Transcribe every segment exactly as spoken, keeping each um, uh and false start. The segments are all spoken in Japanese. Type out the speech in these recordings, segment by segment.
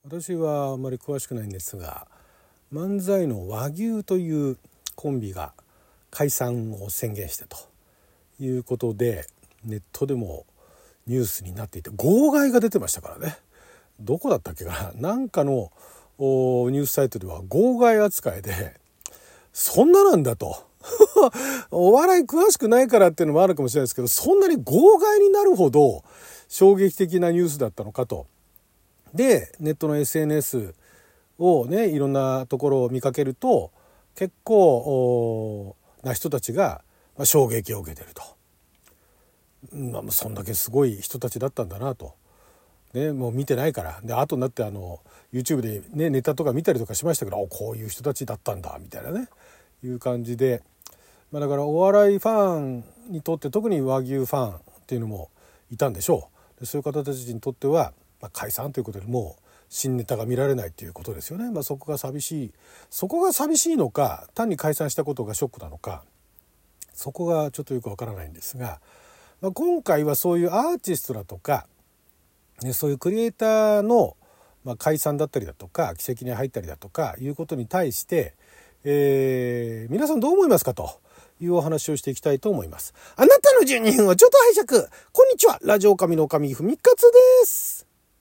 私はあまり詳しくないんですが、漫才の和牛というコンビが解散を宣言したということで、ネットでもニュースになっていて、号外が出てましたからね。どこだったっけかな、なんかのニュースサイトでは号外扱いで、そんななんだとお笑い詳しくないからっていうのもあるかもしれないですけど、そんなに号外になるほど衝撃的なニュースだったのかと。でネットの エスエヌエス をね、いろんなところを見かけると、結構な人たちが衝撃を受けてると、まあ、そんだけすごい人たちだったんだなと、ね、もう見てないから。で後になってあの YouTube で、ね、ネタとか見たりとかしましたけど、こういう人たちだったんだみたいなね、いう感じで、まあ、だからお笑いファンにとって、特に和牛ファンっていうのもいたんでしょう。でそういう方たちにとっては、まあ、解散ということでもう新ネタが見られないということですよね。まあ、そこが寂しいそこが寂しいのか、単に解散したことがショックなのか、そこがちょっとよくわからないんですが、まあ、今回はそういうアーティストだとか、ね、そういうクリエイターの、まあ、解散だったりだとか、奇跡に入ったりだとかいうことに対して、えー、皆さんどう思いますかというお話をしていきたいと思います。あなたのじゅうにふんをちょっと拝借。こんにちは、ラジオ神の神ふみかつです。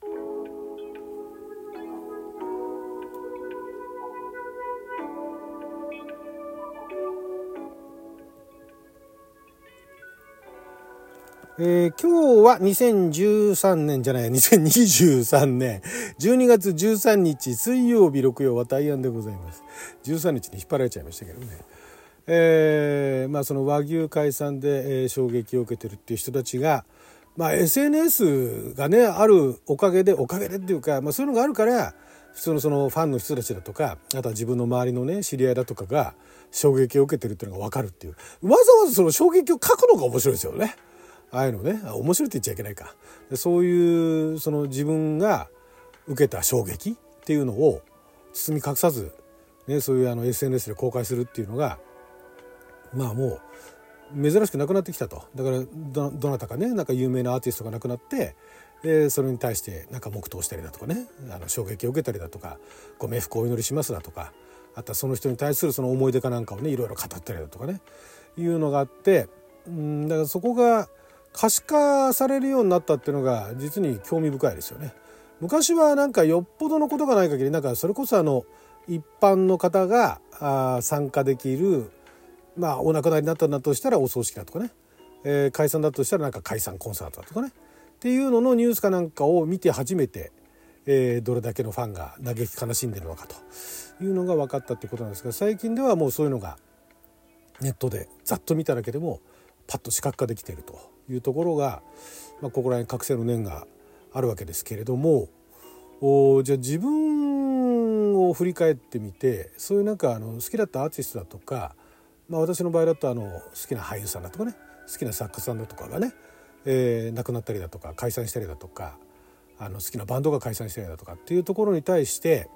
えー、今日はにせんじゅうさんねんじゃないにせんにじゅうさんねんじゅうにがつじゅうさんにち水曜日、六曜は大安でございます。じゅうさんにちに引っ張られちゃいましたけどね。えー、まあその和牛解散で、えー、衝撃を受けてるっていう人たちが、まあ エスエヌエス がねあるおかげでおかげでっていうか、まあそういうのがあるから普通のそのファンの人たちだとか、あとは自分の周りのね知り合いだとかが衝撃を受けてるっていうのが分かるっていう、わざわざその衝撃を書くのが面白いですよね。ああいうのね、面白いって言っちゃいけないか。そういうその自分が受けた衝撃っていうのを包み隠さず、ね、そういうあの エスエヌエス で公開するっていうのが、まあもう珍しくなくなってきたと。だからど、どなたかね、なんか有名なアーティストが亡くなって、でそれに対してなんか黙祷したりだとかね、あの衝撃を受けたりだとか、ご冥福をお祈りしますだとか、あとはその人に対するその思い出かなんかをねいろいろ語ったりだとかね、いうのがあって、うん、だからそこが可視化されるようになったっていうのが実に興味深いですよね。昔はなんかよっぽどのことがない限り、なんかそれこそあの一般の方があ参加できる、まあお亡くなりになったんだとしたらお葬式だとかね、えー、解散だとしたらなんか解散コンサートだとかねっていうののニュースかなんかを見て初めて、えー、どれだけのファンが嘆き悲しんでるのかというのが分かったってことなんですが、最近ではもうそういうのがネットでざっと見ただけでもパッと視覚化できているというところが、まあ、ここら辺覚醒の念があるわけですけれども、おじゃあ自分を振り返ってみて、そういうなんかあの好きだったアーティストだとか、まあ、私の場合だとあの好きな俳優さんだとかね、好きな作家さんだとかがね、えー、亡くなったりだとか解散したりだとか、あの好きなバンドが解散したりだとかっていうところに対して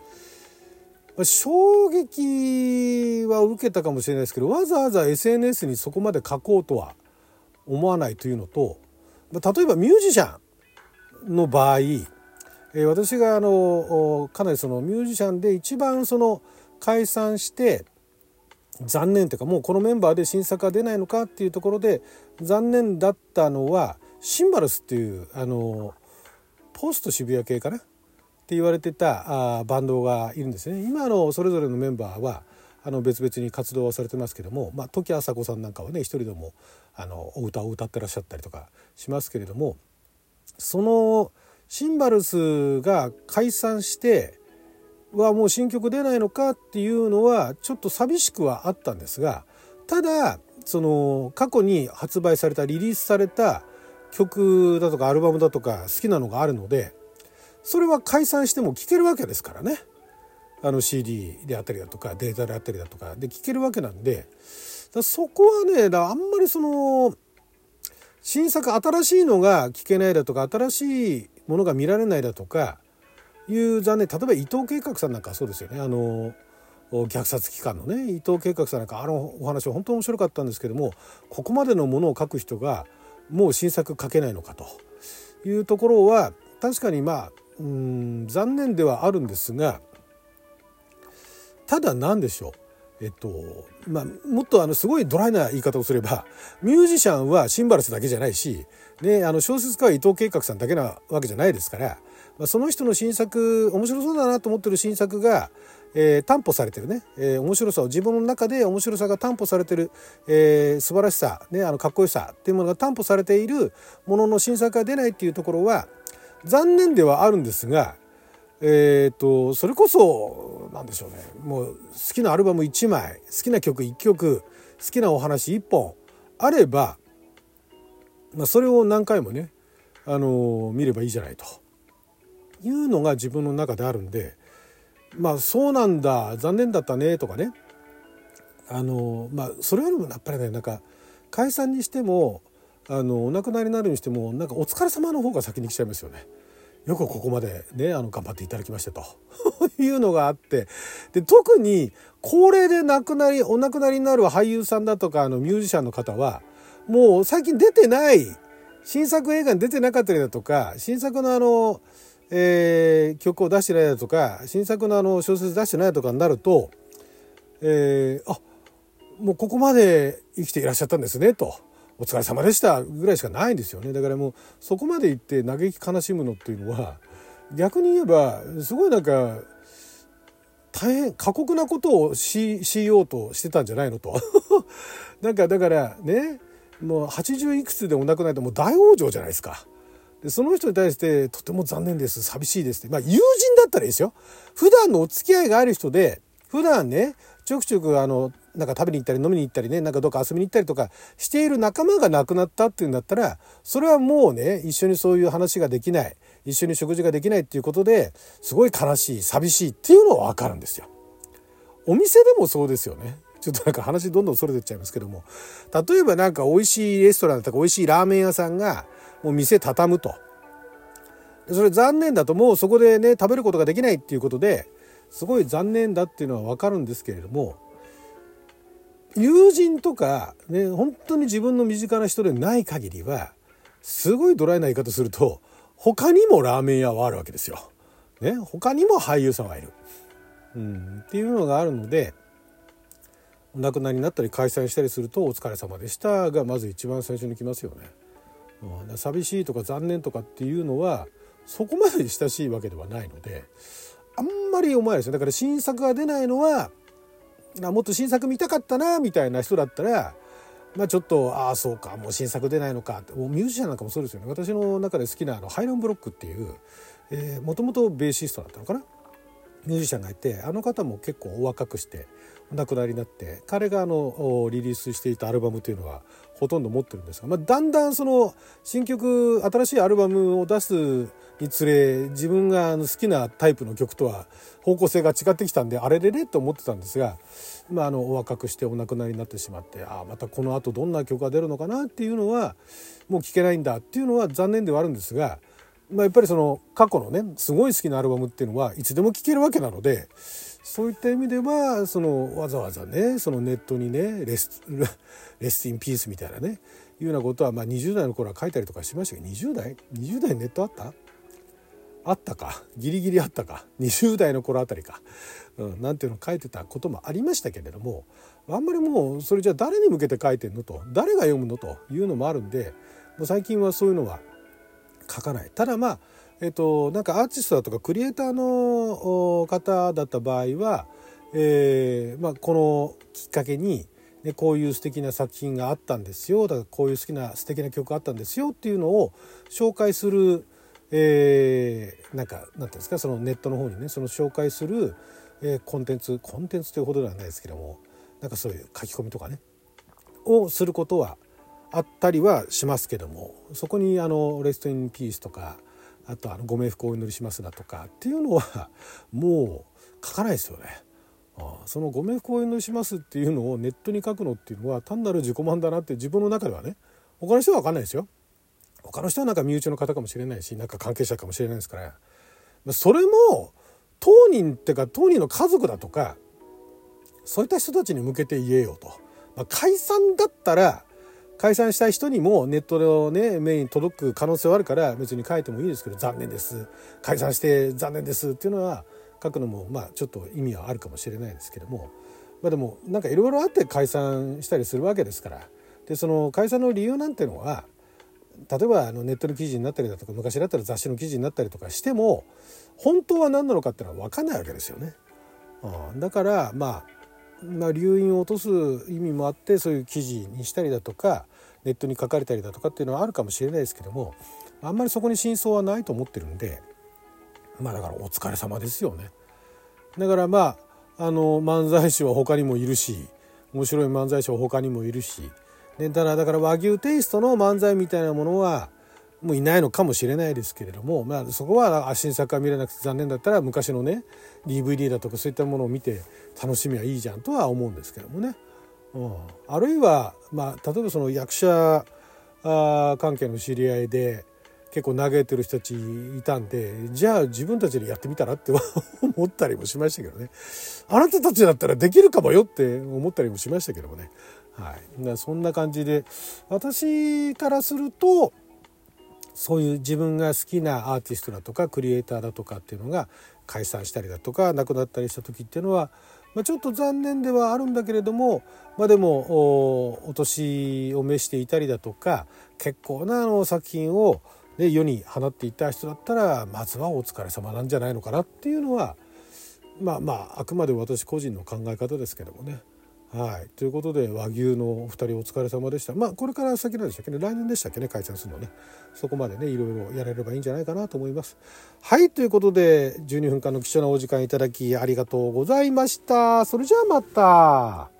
衝撃は受けたかもしれないですけど、わざわざ エスエヌエス にそこまで書こうとは思わないというのと、例えばミュージシャンの場合、私があのかなりそのミュージシャンで一番その解散して残念というか、もうこのメンバーで新作が出ないのかっていうところで残念だったのはシンバルスっていうあのポスト渋谷系かなって言われてたあバンドがいるんですね。今のそれぞれのメンバーはあの別々に活動はされてますけども、まあ、時あさこさんなんかはね一人でもあのお歌を歌ってらっしゃったりとかしますけれども、そのシンバルスが解散してはもう新曲出ないのかっていうのはちょっと寂しくはあったんですが、ただその過去に発売されたリリースされた曲だとかアルバムだとか好きなのがあるので、それは解散しても聴けるわけですからね。あの シーディー であったりだとかデータであったりだとかで聴けるわけなんで、だそこはね、だあんまりその新作新しいのが聴けないだとか新しいものが見られないだとかいう残念。例えば伊藤計画さんなんかそうですよね。あの虐殺期間のね伊藤計画さんなんかあのお話は本当に面白かったんですけども、ここまでのものを書く人がもう新作書けないのかというところは確かにまあうーん残念ではあるんですが、ただ何でしょう、えっとまあ、もっとあのすごいドライな言い方をすれば、ミュージシャンはシンバルスだけじゃないし、ね、あの小説家は伊藤慶覚さんだけなわけじゃないですから、まあ、その人の新作、面白そうだなと思ってる新作が、えー、担保されてるね、えー、面白さを自分の中で面白さが担保されてる、えー、素晴らしさ、ね、あのかっこよさっていうものが担保されているものの新作が出ないっていうところは残念ではあるんですが、えー、とそれこそなんでしょうね、もう好きなアルバムいちまい、好きな曲いっきょく、好きなお話いっぽんあれば、まあ、それを何回もね、あのー、見ればいいじゃないというのが自分の中であるんで、まあそうなんだ、残念だったねとかね、あのー、まあそれよりもやっぱりね、なんか解散にしてもあのお亡くなりになるにしても、なんかお疲れ様の方が先に来ちゃいますよね。よくここまでね、あの頑張っていただきましたというのがあって、で特に高齢で亡くなりお亡くなりになる俳優さんだとかあのミュージシャンの方はもう最近出てない、新作映画に出てなかったりだとか、新作のあの、えー、曲を出してないだとか、新作のあの小説出してないだとかになると、えー、あもうここまで生きていらっしゃったんですねと、お疲れ様でしたぐらいしかないんですよね。だからもうそこまで行って嘆き悲しむのっていうのは、逆に言えばすごいなんか大変過酷なことを し, しようとしてたんじゃないのとなんかだからね、もうはちじゅういくつでお亡くなりでもう大往生じゃないですか。でその人に対してとても残念です、寂しいですって、まあ友人だったらいいですよ。普段のお付き合いがある人で、普段ねちょくちょくあのなんか食べに行ったり飲みに行ったりね、なんかどっか遊びに行ったりとかしている仲間が亡くなったっていうんだったら、それはもうね一緒にそういう話ができない、一緒に食事ができないっていうことですごい悲しい、寂しいっていうのは分かるんですよ。お店でもそうですよね。ちょっとなんか話どんどんそれてっちゃいますけども、例えばなんか美味しいレストランとか美味しいラーメン屋さんがもう店畳むと、それ残念だと、もうそこでね食べることができないっていうことですごい残念だっていうのは分かるんですけれども、友人とかね本当に自分の身近な人でない限りは、すごいドライな言い方すると他にもラーメン屋はあるわけですよ、ね、他にも俳優さんはいる、うん、っていうのがあるので、お亡くなりになったり解散したりするとお疲れ様でしたがまず一番最初に来ますよね、うん、寂しいとか残念とかっていうのはそこまで親しいわけではないので、あんまり思わないですよ。だから新作が出ないのは、もっと新作見たかったなみたいな人だったら、まあちょっとああそうか、もう新作出ないのかって。もうミュージシャンなんかもそうですよね。私の中で好きなあのハイロンブロックっていうもともとベーシストだったのかな、ミュージシャンがいて、あの方も結構お若くしてお亡くなりになって、彼があのリリースしていたアルバムというのはほとんど持ってるんですが、まあ、だんだんその新曲、新しいアルバムを出すにつれ、自分が好きなタイプの曲とは方向性が違ってきたんで、あれれれと思ってたんですが、まあ、あのお若くしてお亡くなりになってしまって、ああまたこの後どんな曲が出るのかなっていうのはもう聴けないんだっていうのは残念ではあるんですが、まあ、やっぱりその過去のねすごい好きなアルバムっていうのはいつでも聴けるわけなので、そういった意味ではそのわざわざねそのネットにねレスレストインピースみたいなねいうようなことは、まあにじゅう代の頃は書いたりとかしましたけど、にじゅう代にじゅう代ネットあったあったかギリギリあったかにじゅう代の頃あたりか、うん、なんていうの書いてたこともありましたけれども、あんまりもうそれじゃあ誰に向けて書いてんのと、誰が読むのというのもあるんで、もう最近はそういうのは書かない。ただまあえっとなんかアーティストだとかクリエイターの方だった場合は、えーまあ、このきっかけに、ね、こういう素敵な作品があったんですよ、だからこういう好きな素敵な曲があったんですよっていうのを紹介する、えー、なんかなんていうんですか、そのネットの方にねその紹介する、えー、コンテンツコンテンツというほどではないですけども、なんかそういう書き込みとかねをすることはあったりはしますけども、そこにあのレストインピースとか、あとあのご冥福をお祈りしますだとかっていうのはもう書かないですよね。ああそのご冥福をお祈りしますっていうのをネットに書くのっていうのは単なる自己満だなって自分の中ではね、他の人は分かんないですよ。他の人はなんか身内の方かもしれないし、なんか関係者かもしれないですから、それも当人っていうか当人の家族だとかそういった人たちに向けて言えよと、まあ、解散だったら解散したい人にもネットのねメインに届く可能性はあるから別に書いてもいいですけど、残念です、解散して残念ですっていうのは書くのもまあちょっと意味はあるかもしれないですけども、まあでもなんかいろいろあって解散したりするわけですから。でその解散の理由なんていうのは、例えばあのネットの記事になったりだとか、昔だったら雑誌の記事になったりとかしても本当は何なのかっていうのは分かんないわけですよね。うん、だからまあまあ、留飲を落とす意味もあってそういう記事にしたりだとかネットに書かれたりだとかっていうのはあるかもしれないですけども、あんまりそこに真相はないと思ってるんで、まあだからお疲れ様ですよね。だからまああの漫才師は他にもいるし、面白い漫才師は他にもいるし、でただだから和牛テイストの漫才みたいなものはもういないのかもしれないですけれども、まあ、そこは新作が見れなくて残念だったら昔のね ディーブイディー だとかそういったものを見て楽しみはいいじゃんとは思うんですけどもね、うん、あるいは、まあ、例えばその役者関係の知り合いで結構嘆いてる人たちいたんで、じゃあ自分たちでやってみたらって思ったりもしましたけどね。あなたたちだったらできるかもよって思ったりもしましたけどもね、はい、だそんな感じで私からするとそういう自分が好きなアーティストだとかクリエイターだとかっていうのが解散したりだとか亡くなったりした時っていうのは、まあ、ちょっと残念ではあるんだけれども、まあ、でも お, お年を召していたりだとか結構なあの作品を、ね、世に放っていた人だったらまずはお疲れ様なんじゃないのかなっていうのはまあまああくまで私個人の考え方ですけどもね。はい、ということで和牛のお二人お疲れ様でした。まあこれから先なんでしたっけね、来年でしたっけね、解散するのね。そこまでねいろいろやれればいいんじゃないかなと思います。はい、ということでじゅうにふんかんの貴重なお時間いただきありがとうございました。それじゃあまた。